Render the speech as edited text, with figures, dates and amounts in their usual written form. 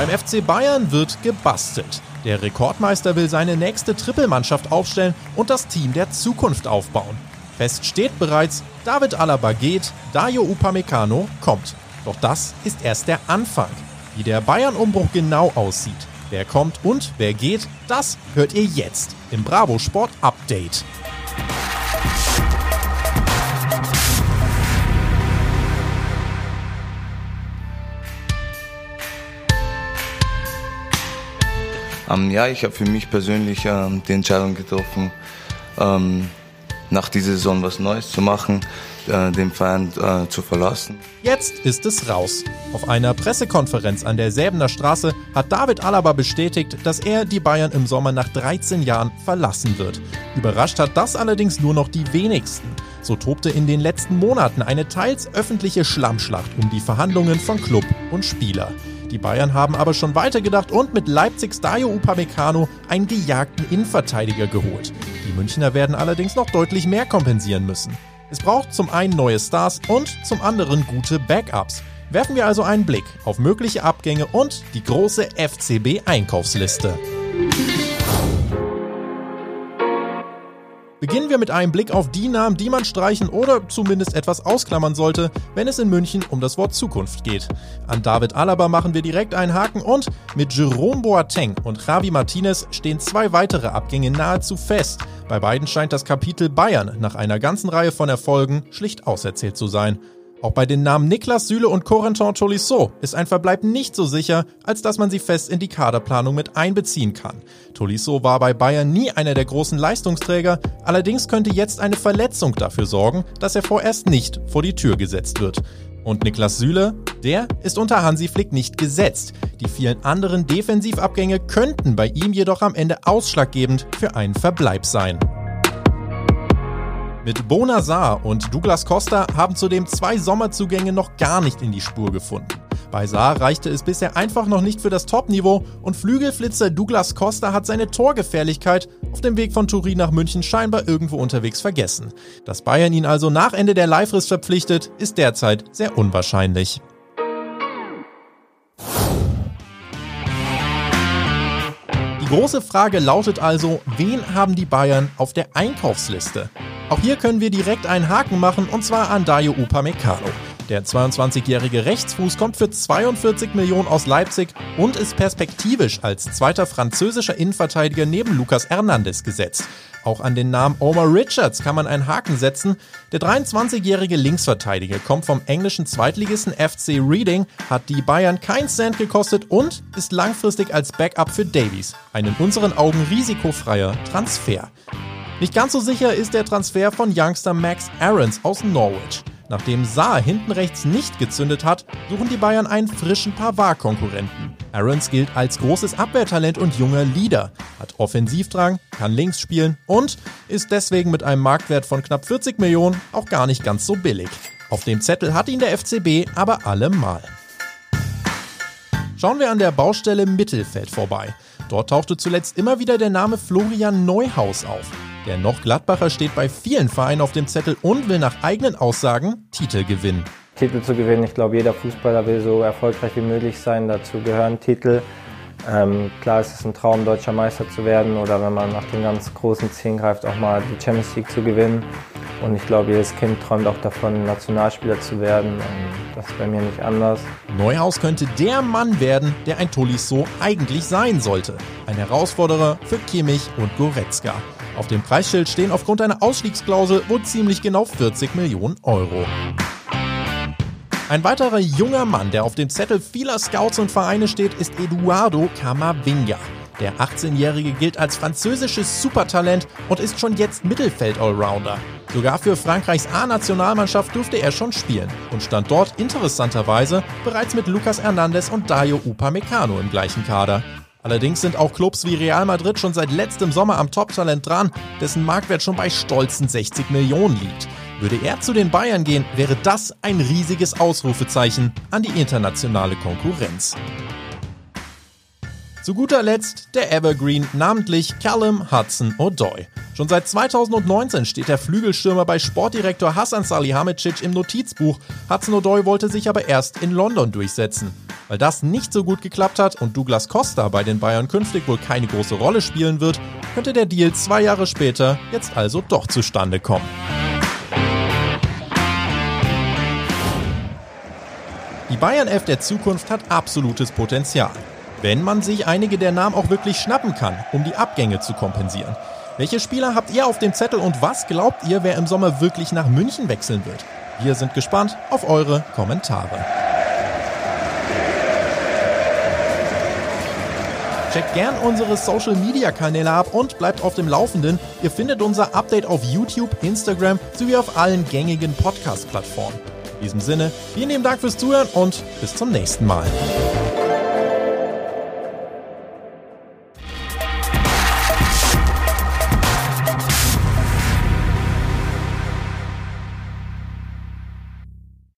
Beim FC Bayern wird gebastelt. Der Rekordmeister will seine nächste Trippelmannschaft aufstellen und das Team der Zukunft aufbauen. Fest steht bereits, David Alaba geht, Dayo Upamecano kommt. Doch das ist erst der Anfang. Wie der Bayern-Umbruch genau aussieht, wer kommt und wer geht, das hört ihr jetzt im Bravo Sport Update. Ja, ich habe für mich persönlich die Entscheidung getroffen, nach dieser Saison was Neues zu machen, den Verein zu verlassen. Jetzt ist es raus. Auf einer Pressekonferenz an der Säbener Straße hat David Alaba bestätigt, dass er die Bayern im Sommer nach 13 Jahren verlassen wird. Überrascht hat das allerdings nur noch die wenigsten. So tobte in den letzten Monaten eine teils öffentliche Schlammschlacht um die Verhandlungen von Club und Spieler. Die Bayern haben aber schon weitergedacht und mit Leipzigs Dayo Upamecano einen gejagten Innenverteidiger geholt. Die Münchner werden allerdings noch deutlich mehr kompensieren müssen. Es braucht zum einen neue Stars und zum anderen gute Backups. Werfen wir also einen Blick auf mögliche Abgänge und die große FCB-Einkaufsliste. Beginnen wir mit einem Blick auf die Namen, die man streichen oder zumindest etwas ausklammern sollte, wenn es in München um das Wort Zukunft geht. An David Alaba machen wir direkt einen Haken und mit Jerome Boateng und Javi Martinez stehen 2 weitere Abgänge nahezu fest. Bei beiden scheint das Kapitel Bayern nach einer ganzen Reihe von Erfolgen schlicht auserzählt zu sein. Auch bei den Namen Niklas Süle und Corentin Tolisso ist ein Verbleib nicht so sicher, als dass man sie fest in die Kaderplanung mit einbeziehen kann. Tolisso war bei Bayern nie einer der großen Leistungsträger, allerdings könnte jetzt eine Verletzung dafür sorgen, dass er vorerst nicht vor die Tür gesetzt wird. Und Niklas Süle, der ist unter Hansi Flick nicht gesetzt. Die vielen anderen Defensivabgänge könnten bei ihm jedoch am Ende ausschlaggebend für einen Verbleib sein. Mit Bouna Sarr und Douglas Costa haben zudem 2 Sommerzugänge noch gar nicht in die Spur gefunden. Bei Sarr reichte es bisher einfach noch nicht für das Topniveau und Flügelflitzer Douglas Costa hat seine Torgefährlichkeit auf dem Weg von Turin nach München scheinbar irgendwo unterwegs vergessen. Dass Bayern ihn also nach Ende der Leihfrist verpflichtet, ist derzeit sehr unwahrscheinlich. Die große Frage lautet also, wen haben die Bayern auf der Einkaufsliste? Auch hier können wir direkt einen Haken machen und zwar an Dayo Upamecano. Der 22-jährige Rechtsfuß kommt für 42 Millionen aus Leipzig und ist perspektivisch als zweiter französischer Innenverteidiger neben Lucas Hernandez gesetzt. Auch an den Namen Omar Richards kann man einen Haken setzen. Der 23-jährige Linksverteidiger kommt vom englischen Zweitligisten FC Reading, hat die Bayern keinen Cent gekostet und ist langfristig als Backup für Davies. Ein in unseren Augen risikofreier Transfer. Nicht ganz so sicher ist der Transfer von Youngster Max Aarons aus Norwich. Nachdem Sarr hinten rechts nicht gezündet hat, suchen die Bayern einen frischen Pavard-Konkurrenten. Aarons gilt als großes Abwehrtalent und junger Leader, hat Offensivdrang, kann links spielen und ist deswegen mit einem Marktwert von knapp 40 Millionen auch gar nicht ganz so billig. Auf dem Zettel hat ihn der FCB aber allemal. Schauen wir an der Baustelle Mittelfeld vorbei. Dort tauchte zuletzt immer wieder der Name Florian Neuhaus auf. Der noch Gladbacher steht bei vielen Vereinen auf dem Zettel und will nach eigenen Aussagen Titel gewinnen. Titel zu gewinnen, ich glaube, jeder Fußballer will so erfolgreich wie möglich sein. Dazu gehören Titel. Klar ist es ein Traum, deutscher Meister zu werden oder wenn man nach den ganz großen Zielen greift, auch mal die Champions League zu gewinnen. Und ich glaube, jedes Kind träumt auch davon, Nationalspieler zu werden. Und das ist bei mir nicht anders. Neuhaus könnte der Mann werden, der ein Tolisso eigentlich sein sollte. Ein Herausforderer für Kimmich und Goretzka. Auf dem Preisschild stehen aufgrund einer Ausstiegsklausel wohl ziemlich genau 40 Millionen Euro. Ein weiterer junger Mann, der auf dem Zettel vieler Scouts und Vereine steht, ist Eduardo Camavinga. Der 18-Jährige gilt als französisches Supertalent und ist schon jetzt Mittelfeld-Allrounder. Sogar für Frankreichs A-Nationalmannschaft durfte er schon spielen und stand dort interessanterweise bereits mit Lucas Hernandez und Dayo Upamecano im gleichen Kader. Allerdings sind auch Clubs wie Real Madrid schon seit letztem Sommer am Top-Talent dran, dessen Marktwert schon bei stolzen 60 Millionen liegt. Würde er zu den Bayern gehen, wäre das ein riesiges Ausrufezeichen an die internationale Konkurrenz. Zu guter Letzt der Evergreen, namentlich Callum Hudson-Odoi. Schon seit 2019 steht der Flügelstürmer bei Sportdirektor Hasan Salihamidzic im Notizbuch. Hudson-Odoi wollte sich aber erst in London durchsetzen. Weil das nicht so gut geklappt hat und Douglas Costa bei den Bayern künftig wohl keine große Rolle spielen wird, könnte der Deal 2 Jahre später jetzt also doch zustande kommen. Die Bayern 11 der Zukunft hat absolutes Potenzial, wenn man sich einige der Namen auch wirklich schnappen kann, um die Abgänge zu kompensieren. Welche Spieler habt ihr auf dem Zettel und was glaubt ihr, wer im Sommer wirklich nach München wechseln wird? Wir sind gespannt auf eure Kommentare. Checkt gern unsere Social-Media-Kanäle ab und bleibt auf dem Laufenden. Ihr findet unser Update auf YouTube, Instagram sowie auf allen gängigen Podcast-Plattformen. In diesem Sinne, vielen lieben Dank fürs Zuhören und bis zum nächsten Mal.